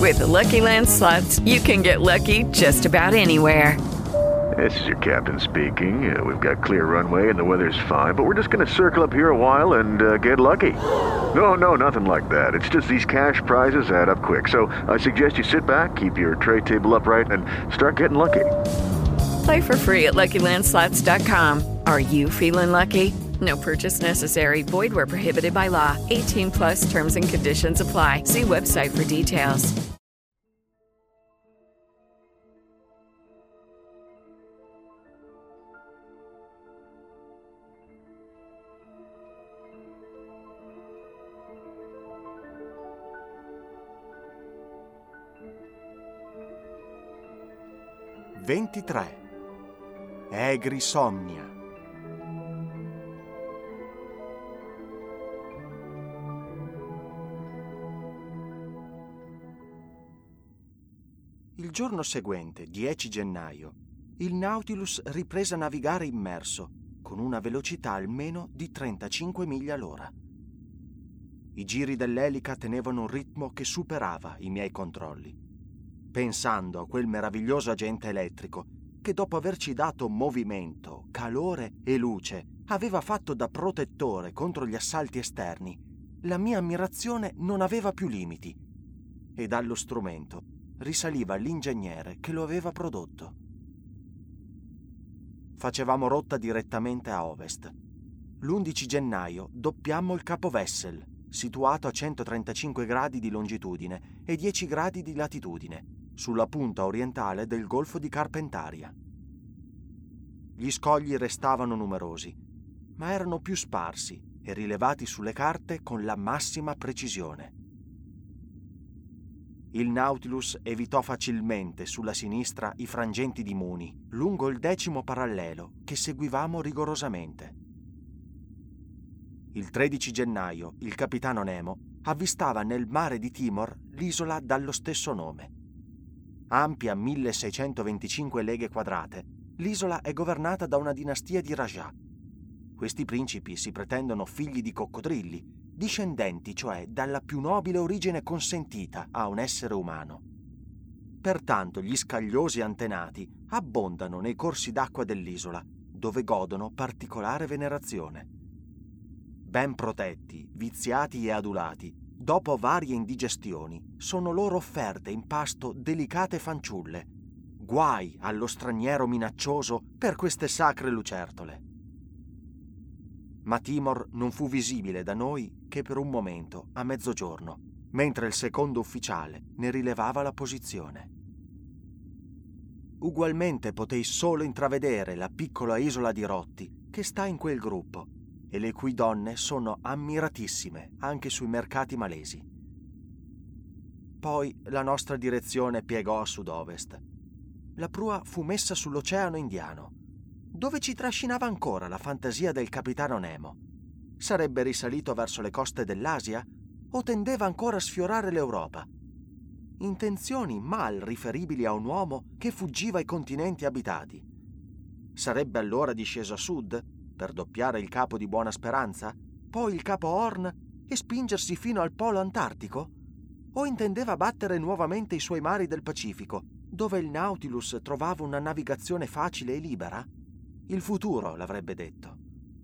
With the Lucky Land Slots, you can get lucky just about anywhere. This is your captain speaking. We've got clear runway and the weather's fine, but we're just going to circle up here a while and get lucky. No, nothing like that. It's just these cash prizes add up quick. So I suggest you sit back, keep your tray table upright, and start getting lucky. Play for free at LuckyLandSlots.com. Are you feeling lucky? No purchase necessary. Void where prohibited by law. 18 plus terms and conditions apply. See website for details. Egrisomnia. Il giorno seguente, 10 gennaio, il Nautilus riprese a navigare immerso, con una velocità almeno di 35 miglia all'ora. I giri dell'elica tenevano un ritmo che superava i miei controlli. Pensando a quel meraviglioso agente elettrico che dopo averci dato movimento, calore e luce aveva fatto da protettore contro gli assalti esterni, la mia ammirazione non aveva più limiti e dallo strumento risaliva l'ingegnere che lo aveva prodotto. Facevamo rotta direttamente a ovest. L'11 gennaio doppiammo il capo Wessel, situato a 135 gradi di longitudine e 10 gradi di latitudine, sulla punta orientale del Golfo di Carpentaria. Gli scogli restavano numerosi, ma erano più sparsi e rilevati sulle carte con la massima precisione. Il Nautilus evitò facilmente sulla sinistra i frangenti di Muni, lungo il 10° parallelo che seguivamo rigorosamente. Il 13 gennaio il capitano Nemo avvistava nel mare di Timor l'isola dallo stesso nome. Ampia 1625 leghe quadrate, l'isola è governata da una dinastia di Rajah. Questi principi si pretendono figli di coccodrilli, discendenti cioè dalla più nobile origine consentita a un essere umano. Pertanto gli scagliosi antenati abbondano nei corsi d'acqua dell'isola, dove godono particolare venerazione. Ben protetti, viziati e adulati, dopo varie indigestioni, sono loro offerte in pasto delicate fanciulle. Guai allo straniero minaccioso per queste sacre lucertole. Ma Timor non fu visibile da noi che per un momento a mezzogiorno, mentre il secondo ufficiale ne rilevava la posizione. Ugualmente potei solo intravedere la piccola isola di Rotti che sta in quel gruppo e le cui donne sono ammiratissime anche sui mercati malesi. Poi la nostra direzione piegò a sud-ovest. La prua fu messa sull'Oceano Indiano, dove ci trascinava ancora la fantasia del capitano Nemo. Sarebbe risalito verso le coste dell'Asia o tendeva ancora a sfiorare l'Europa? Intenzioni mal riferibili a un uomo che fuggiva ai continenti abitati. Sarebbe allora disceso a sud per doppiare il capo di Buona Speranza, poi il capo Horn e spingersi fino al polo antartico? O intendeva battere nuovamente i suoi mari del Pacifico, dove il Nautilus trovava una navigazione facile e libera? Il futuro l'avrebbe detto.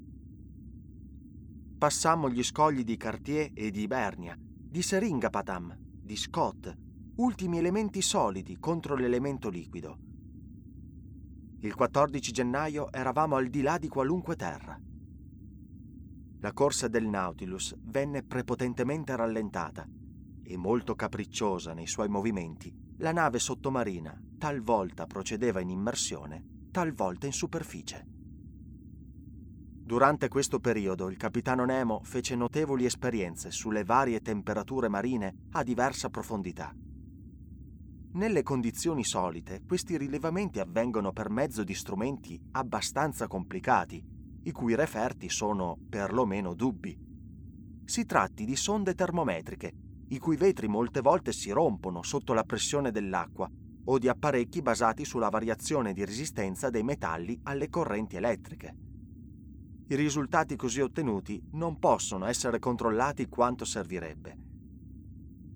Passammo gli scogli di Cartier e di Ibernia, di Seringapatam, di Scott, ultimi elementi solidi contro l'elemento liquido. Il 14 gennaio eravamo al di là di qualunque terra. La corsa del Nautilus venne prepotentemente rallentata e molto capricciosa nei suoi movimenti, la nave sottomarina talvolta procedeva in immersione, talvolta in superficie. Durante questo periodo il capitano Nemo fece notevoli esperienze sulle varie temperature marine a diversa profondità. Nelle condizioni solite, questi rilevamenti avvengono per mezzo di strumenti abbastanza complicati, i cui referti sono perlomeno dubbi. Si tratti di sonde termometriche, i cui vetri molte volte si rompono sotto la pressione dell'acqua, o di apparecchi basati sulla variazione di resistenza dei metalli alle correnti elettriche. I risultati così ottenuti non possono essere controllati quanto servirebbe.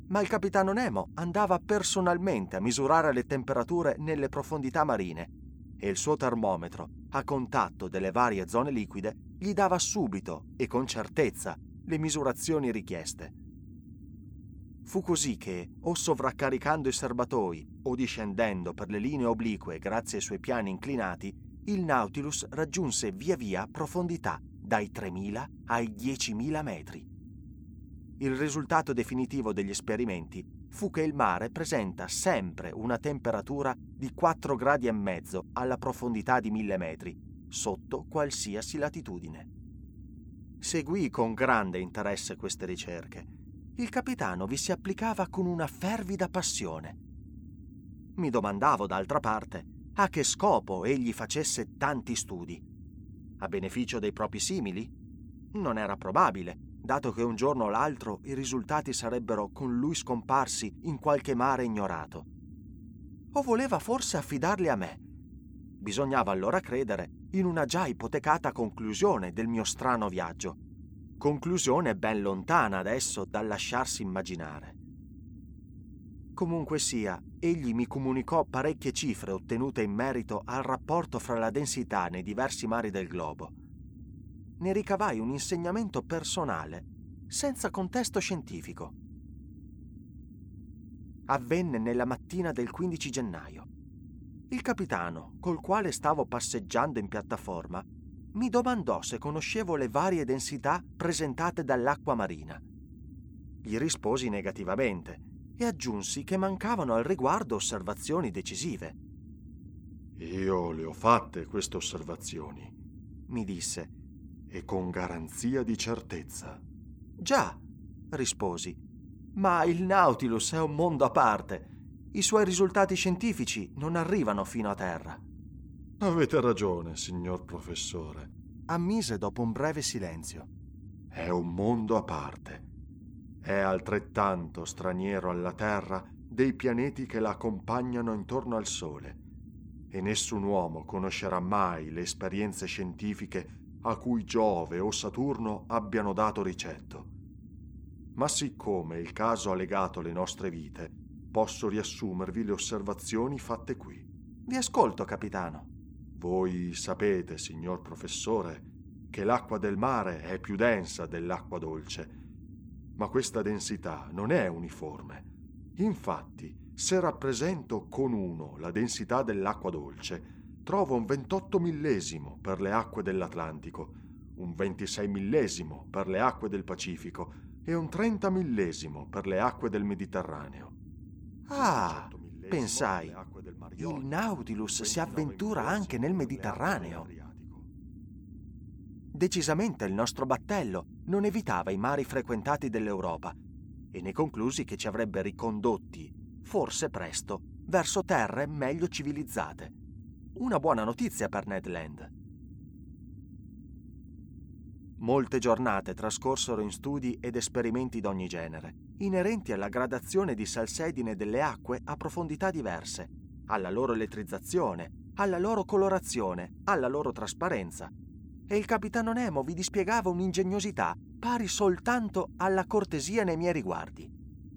ma il capitano Nemo andava personalmente a misurare le temperature nelle profondità marine e il suo termometro, a contatto delle varie zone liquide, gli dava subito e con certezza le misurazioni richieste. Fu così che, o sovraccaricando i serbatoi o discendendo per le linee oblique grazie ai suoi piani inclinati, il Nautilus raggiunse via via profondità dai 3.000 ai 10.000 metri. Il risultato definitivo degli esperimenti fu che il mare presenta sempre una temperatura di 4 gradi e mezzo alla profondità di 1.000 metri, sotto qualsiasi latitudine. Seguì con grande interesse queste ricerche. Il capitano vi si applicava con una fervida passione. Mi domandavo, d'altra parte, a che scopo egli facesse tanti studi. A beneficio dei propri simili? Non era probabile, dato che un giorno o l'altro i risultati sarebbero con lui scomparsi in qualche mare ignorato. O voleva forse affidarli a me? Bisognava allora credere in una già ipotecata conclusione del mio strano viaggio. Conclusione ben lontana adesso dal lasciarsi immaginare. Comunque sia, egli mi comunicò parecchie cifre ottenute in merito al rapporto fra la densità nei diversi mari del globo. Ne ricavai un insegnamento personale, senza contesto scientifico. Avvenne nella mattina del 15 gennaio. Il capitano, col quale stavo passeggiando in piattaforma, mi domandò se conoscevo le varie densità presentate dall'acqua marina. Gli risposi negativamente e aggiunsi che mancavano al riguardo osservazioni decisive. «Io le ho fatte queste osservazioni», mi disse. «e con garanzia di certezza». «Già», risposi, «ma il Nautilus è un mondo a parte. I suoi risultati scientifici non arrivano fino a terra». «Avete ragione, signor professore», ammise dopo un breve silenzio. «È un mondo a parte. È altrettanto straniero alla Terra dei pianeti che la accompagnano intorno al Sole, e nessun uomo conoscerà mai le esperienze scientifiche a cui Giove o Saturno abbiano dato ricetto. Ma siccome il caso ha legato le nostre vite, posso riassumervi le osservazioni fatte qui». «Vi ascolto, capitano». «Voi sapete, signor professore, che l'acqua del mare è più densa dell'acqua dolce, ma questa densità non è uniforme. Infatti, se rappresento con 1 la densità dell'acqua dolce, trovo un 28 millesimo per le acque dell'Atlantico, un 26 millesimo per le acque del Pacifico e un 30 millesimo per le acque del Mediterraneo». «Ah», pensai, «il Nautilus si avventura anche nel Mediterraneo». Decisamente il nostro battello non evitava i mari frequentati dell'Europa e ne conclusi che ci avrebbe ricondotti, forse presto, verso terre meglio civilizzate. Una buona notizia per Ned Land. Molte giornate trascorsero in studi ed esperimenti d'ogni genere, inerenti alla gradazione di salsedine delle acque a profondità diverse, alla loro elettrizzazione, alla loro colorazione, alla loro trasparenza. E il capitano Nemo vi dispiegava un'ingegnosità pari soltanto alla cortesia nei miei riguardi.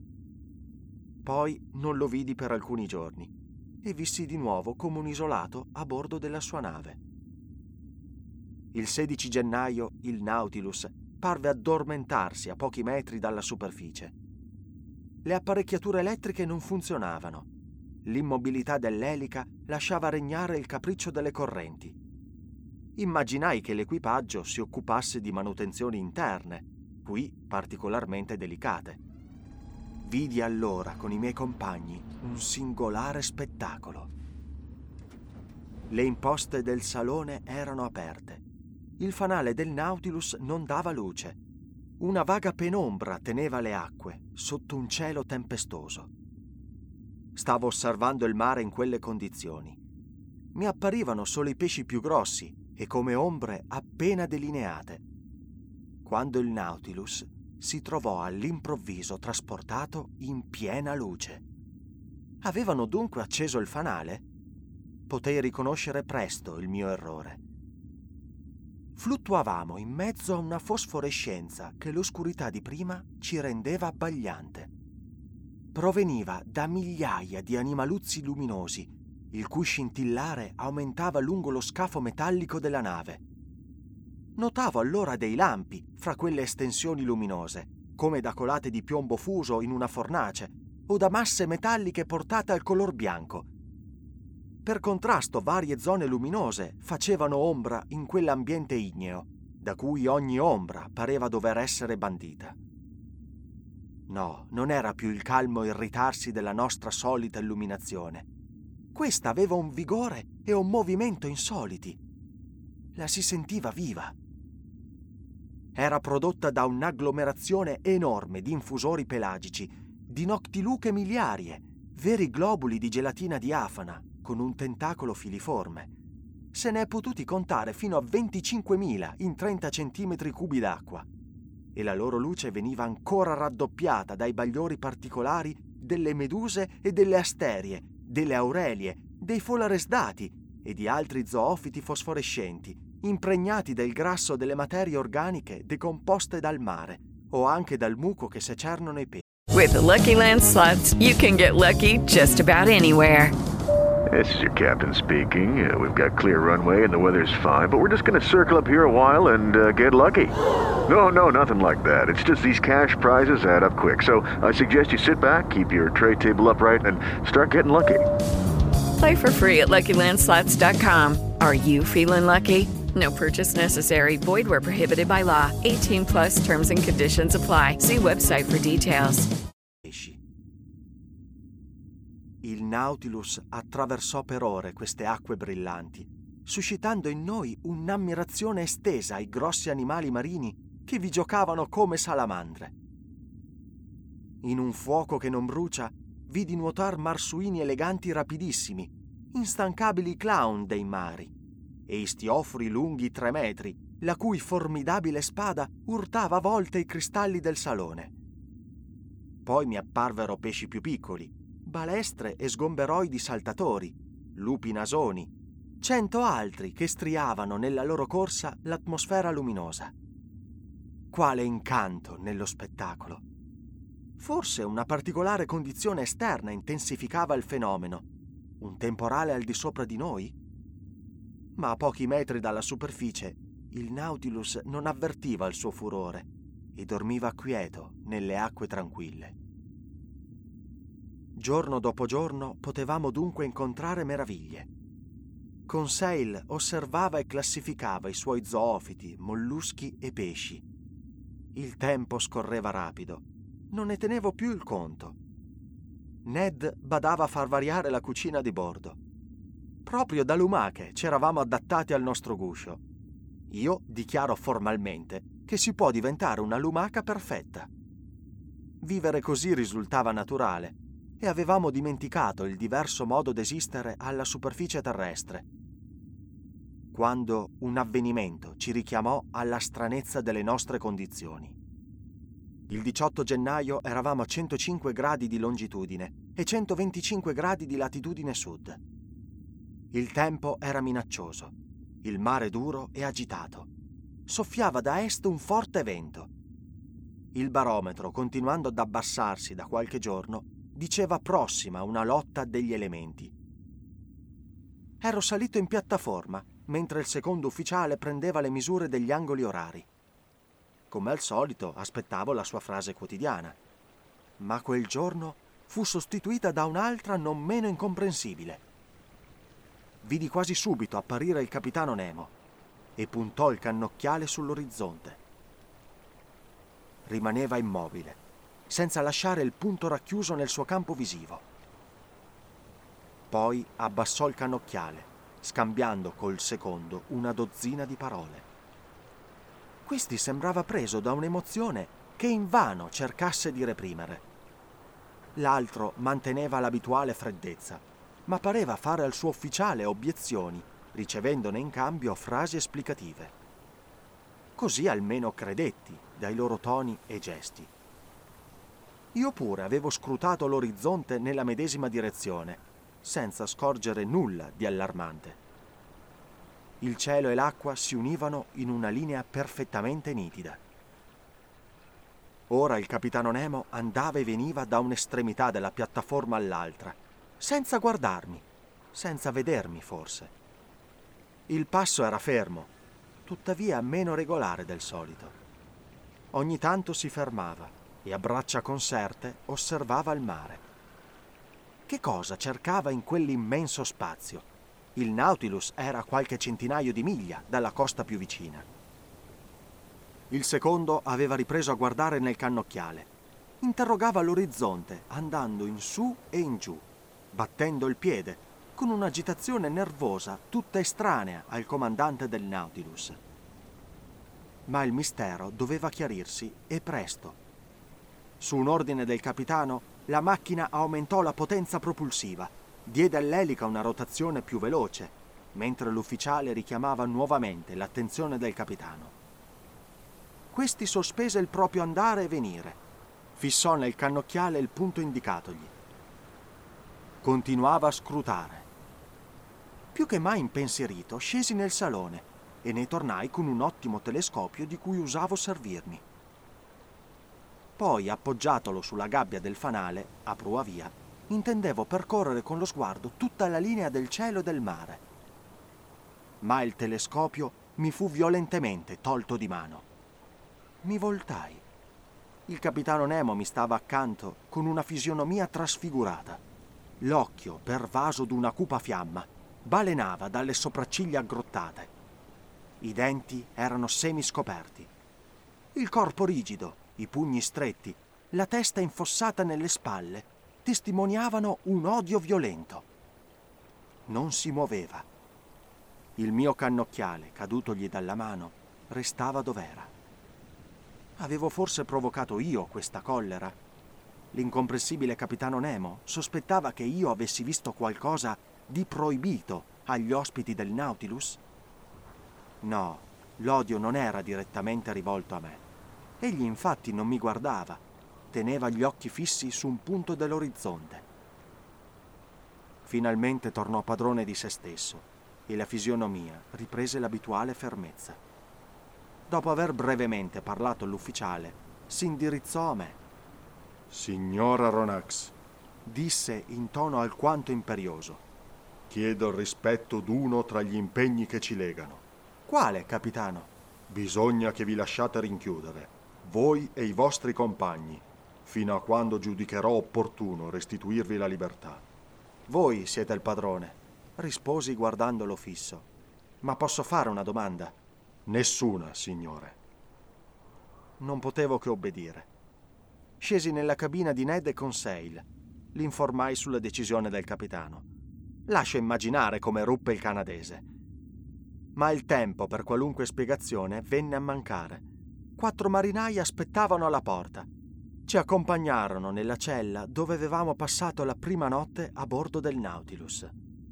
Poi non lo vidi per alcuni giorni e vissi di nuovo come un isolato a bordo della sua nave. Il 16 gennaio il Nautilus parve addormentarsi a pochi metri dalla superficie. Le apparecchiature elettriche non funzionavano. L'immobilità dell'elica lasciava regnare il capriccio delle correnti. Immaginai che l'equipaggio si occupasse di manutenzioni interne, qui particolarmente delicate. Vidi allora con i miei compagni un singolare spettacolo. Le imposte del salone erano aperte. Il fanale del Nautilus non dava luce. Una vaga penombra teneva le acque sotto un cielo tempestoso. Stavo osservando il mare in quelle condizioni. Mi apparivano solo i pesci più grossi e come ombre appena delineate, quando il Nautilus si trovò all'improvviso trasportato in piena luce. Avevano dunque acceso il fanale? Potei riconoscere presto il mio errore. Fluttuavamo in mezzo a una fosforescenza che l'oscurità di prima ci rendeva abbagliante. proveniva da migliaia di animaluzzi luminosi, il cui scintillare aumentava lungo lo scafo metallico della nave. Notavo allora dei lampi fra quelle estensioni luminose, come da colate di piombo fuso in una fornace o da masse metalliche portate al color bianco. Per contrasto, varie zone luminose facevano ombra in quell'ambiente igneo, da cui ogni ombra pareva dover essere bandita. No, non era più il calmo irritarsi della nostra solita illuminazione. Questa aveva un vigore e un movimento insoliti. La si sentiva viva. Era prodotta da un'agglomerazione enorme di infusori pelagici, di noctiluche miliarie, veri globuli di gelatina diafana, con un tentacolo filiforme. Se ne è potuti contare fino a 25.000 in 30 centimetri cubi d'acqua, e la loro luce veniva ancora raddoppiata dai bagliori particolari delle meduse e delle asterie, delle aurelie, dei folaresdati e di altri zoofiti fosforescenti, impregnati del grasso delle materie organiche decomposte dal mare o anche dal muco che secernono i pesci. With the Lucky Land Slots, you can get lucky just about anywhere. This is your captain speaking. We've got clear runway and the weather's fine, but we're just going to circle up here a while and get lucky. No, nothing like that. It's just these cash prizes add up quick. So I suggest you sit back, keep your tray table upright, and start getting lucky. Play for free at LuckyLandSlots.com. Are you feeling lucky? No purchase necessary. Void where prohibited by law. 18 plus terms and conditions apply. See website for details. Il Nautilus attraversò per ore queste acque brillanti, suscitando in noi un'ammirazione estesa ai grossi animali marini che vi giocavano come salamandre. In un fuoco che non brucia, vidi nuotar marsuini eleganti rapidissimi, instancabili clown dei mari, e istiofori lunghi 3 metri, la cui formidabile spada urtava a volte i cristalli del salone. Poi mi apparvero pesci più piccoli, balestre e sgomberoidi saltatori, lupi nasoni, 100 altri che striavano nella loro corsa l'atmosfera luminosa. Quale incanto nello spettacolo! Forse una particolare condizione esterna intensificava il fenomeno, un temporale al di sopra di noi? Ma a pochi metri dalla superficie il Nautilus non avvertiva il suo furore e dormiva quieto nelle acque tranquille. Giorno dopo giorno potevamo dunque incontrare meraviglie. Conseil osservava e classificava i suoi zoofiti, molluschi e pesci. Il tempo scorreva rapido. Non ne tenevo più il conto. Ned badava a far variare la cucina di bordo. Proprio da lumache ci eravamo adattati al nostro guscio. Io dichiaro formalmente che si può diventare una lumaca perfetta. Vivere così risultava naturale e avevamo dimenticato il diverso modo d'esistere alla superficie terrestre, quando un avvenimento ci richiamò alla stranezza delle nostre condizioni. Il 18 gennaio eravamo a 105 gradi di longitudine e 125 gradi di latitudine sud. Il tempo era minaccioso, il mare duro e agitato. Soffiava da est un forte vento. Il barometro, continuando ad abbassarsi da qualche giorno, diceva prossima una lotta degli elementi. Ero salito in piattaforma, mentre il secondo ufficiale prendeva le misure degli angoli orari. Come al solito, aspettavo la sua frase quotidiana. Ma quel giorno fu sostituita da un'altra non meno incomprensibile. Vidi quasi subito apparire il capitano Nemo e puntò il cannocchiale sull'orizzonte. Rimaneva immobile, senza lasciare il punto racchiuso nel suo campo visivo. Poi abbassò il cannocchiale, scambiando col secondo una dozzina di parole. Questi sembrava preso da un'emozione che invano cercasse di reprimere. L'altro manteneva l'abituale freddezza, ma pareva fare al suo ufficiale obiezioni, ricevendone in cambio frasi esplicative. Così almeno credetti dai loro toni e gesti. Io pure avevo scrutato l'orizzonte nella medesima direzione, senza scorgere nulla di allarmante. Il cielo e l'acqua si univano in una linea perfettamente nitida. Ora il capitano Nemo andava e veniva da un'estremità della piattaforma all'altra, senza guardarmi, senza vedermi forse. Il passo era fermo, tuttavia meno regolare del solito. Ogni tanto si fermava e a braccia conserte osservava il mare. Che cosa cercava in quell'immenso spazio? Il Nautilus era a qualche centinaio di miglia dalla costa più vicina. Il secondo aveva ripreso a guardare nel cannocchiale. Interrogava l'orizzonte, andando in su e in giù, battendo il piede, con un'agitazione nervosa tutta estranea al comandante del Nautilus. Ma il mistero doveva chiarirsi e presto. Su un ordine del capitano, la macchina aumentò la potenza propulsiva, diede all'elica una rotazione più veloce, mentre l'ufficiale richiamava nuovamente l'attenzione del capitano. Questi sospese il proprio andare e venire, fissò nel cannocchiale il punto indicatogli. Continuava a scrutare. Più che mai impensierito, scesi nel salone e ne tornai con un ottimo telescopio di cui usavo servirmi. Poi, appoggiatolo sulla gabbia del fanale, a prua via, intendevo percorrere con lo sguardo tutta la linea del cielo e del mare. Ma il telescopio mi fu violentemente tolto di mano. Mi voltai. Il capitano Nemo mi stava accanto con una fisionomia trasfigurata. L'occhio, pervaso d'una cupa fiamma, balenava dalle sopracciglia aggrottate. I denti erano semiscoperti. Il corpo rigido, i pugni stretti, la testa infossata nelle spalle, testimoniavano un odio violento. Non si muoveva. Il mio cannocchiale, cadutogli dalla mano, restava dov'era. Avevo forse provocato io questa collera? L'incomprensibile capitano Nemo sospettava che io avessi visto qualcosa di proibito agli ospiti del Nautilus? No, l'odio non era direttamente rivolto a me. Egli infatti non mi guardava, teneva gli occhi fissi su un punto dell'orizzonte. Finalmente tornò padrone di se stesso e la fisionomia riprese l'abituale fermezza. Dopo aver brevemente parlato all'ufficiale, si indirizzò a me. Signor Aronnax, Disse in tono alquanto imperioso. chiedo il rispetto d'uno tra gli impegni che ci legano. Quale, capitano? Bisogna che vi lasciate rinchiudere, voi e i vostri compagni, fino a quando giudicherò opportuno restituirvi la libertà. Voi siete il padrone, risposi guardandolo fisso. Ma posso fare una domanda? Nessuna, signore. Non potevo che obbedire. Scesi nella cabina di Ned e Conseil. L'informai sulla decisione del capitano. Lascio immaginare come ruppe il canadese. Ma il tempo per qualunque spiegazione venne a mancare. 4 marinai aspettavano alla porta. Ci accompagnarono nella cella dove avevamo passato la prima notte a bordo del Nautilus.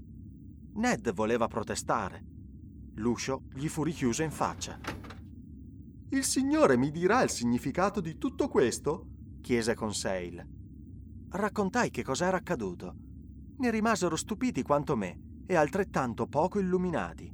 Ned voleva protestare. L'uscio gli fu richiuso in faccia. Il signore mi dirà il significato di tutto questo? Chiese Conseil. Raccontai che cosa era accaduto. Ne rimasero stupiti quanto me e altrettanto poco illuminati.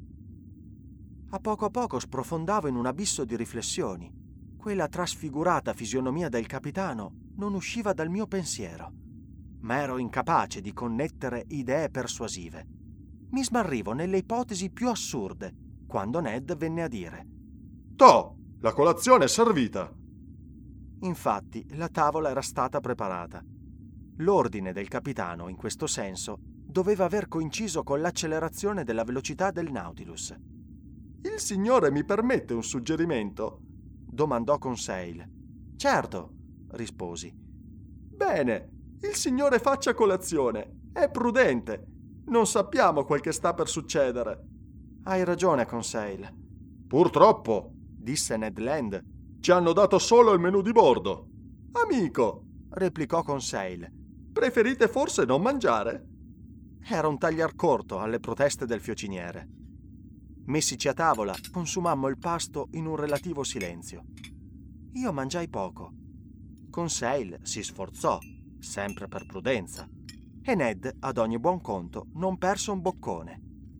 A poco sprofondavo in un abisso di riflessioni. Quella trasfigurata fisionomia del capitano non usciva dal mio pensiero, ma ero incapace di connettere idee persuasive. Mi smarrivo nelle ipotesi più assurde, quando Ned venne a dire: «Toh, la colazione è servita!» Infatti, la tavola era stata preparata. L'ordine del capitano, in questo senso, doveva aver coinciso con l'accelerazione della velocità del Nautilus. «Il signore mi permette un suggerimento?» domandò Conseil. «Certo», risposi. «Bene, il signore faccia colazione. È prudente. Non sappiamo quel che sta per succedere». «Hai ragione, Conseil». «Purtroppo», disse Ned Land, «ci hanno dato solo il menù di bordo». «Amico», replicò Conseil, «preferite forse non mangiare?» Era un tagliar corto alle proteste del fiociniere. Messici a tavola, consumammo il pasto in un relativo silenzio. Io mangiai poco. Conseil si sforzò, sempre per prudenza, e Ned, ad ogni buon conto, non perse un boccone.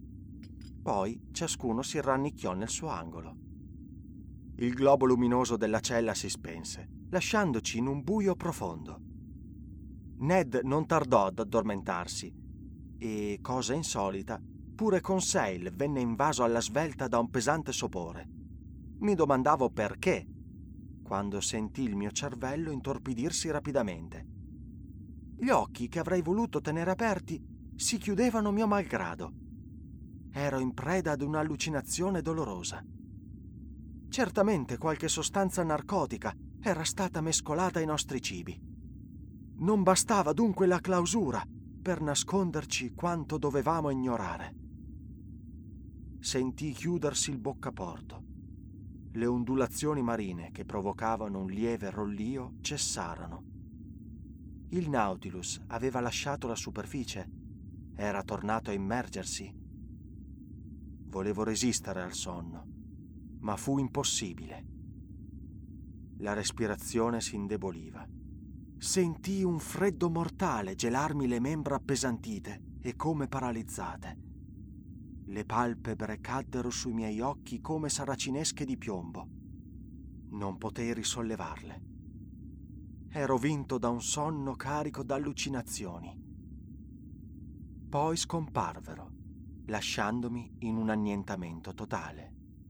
Poi ciascuno si rannicchiò nel suo angolo. Il globo luminoso della cella si spense lasciandoci in un buio profondo. Ned non tardò ad addormentarsi e, cosa insolita, pure Conseil venne invaso alla svelta da un pesante sopore. Mi domandavo perché, quando sentii il mio cervello intorpidirsi rapidamente. Gli occhi che avrei voluto tenere aperti si chiudevano mio malgrado. Ero in preda ad un'allucinazione dolorosa. Certamente qualche sostanza narcotica era stata mescolata ai nostri cibi. Non bastava dunque la clausura per nasconderci quanto dovevamo ignorare. Sentii chiudersi il boccaporto. Le ondulazioni marine che provocavano un lieve rollio cessarono. Il Nautilus aveva lasciato la superficie. Era tornato a immergersi. Volevo resistere al sonno, ma fu impossibile. La respirazione si indeboliva. Sentii un freddo mortale gelarmi le membra appesantite e come paralizzate. Le palpebre caddero sui miei occhi come saracinesche di piombo. Non potei risollevarle. Ero vinto da un sonno carico d'allucinazioni. Poi scomparvero, lasciandomi in un annientamento totale.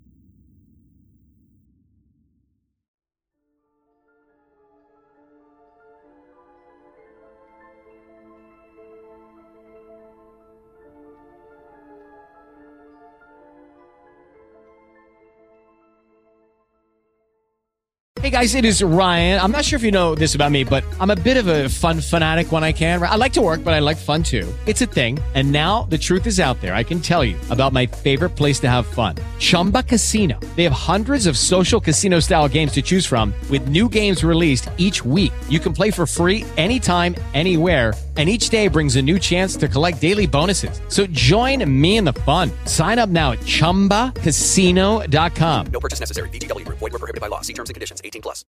Hey guys, it is Ryan. I'm not sure if you know this about me, but I'm a bit of a fun fanatic when I can. I like to work, but I like fun too. It's a thing. And now the truth is out there. I can tell you about my favorite place to have fun. Chumba Casino. They have hundreds of social casino style games to choose from with new games released each week. You can play for free anytime, anywhere. And each day brings a new chance to collect daily bonuses. So join me in the fun. Sign up now at ChumbaCasino.com. No purchase necessary. VGW Group. Void where prohibited by law. See terms and conditions. 18+.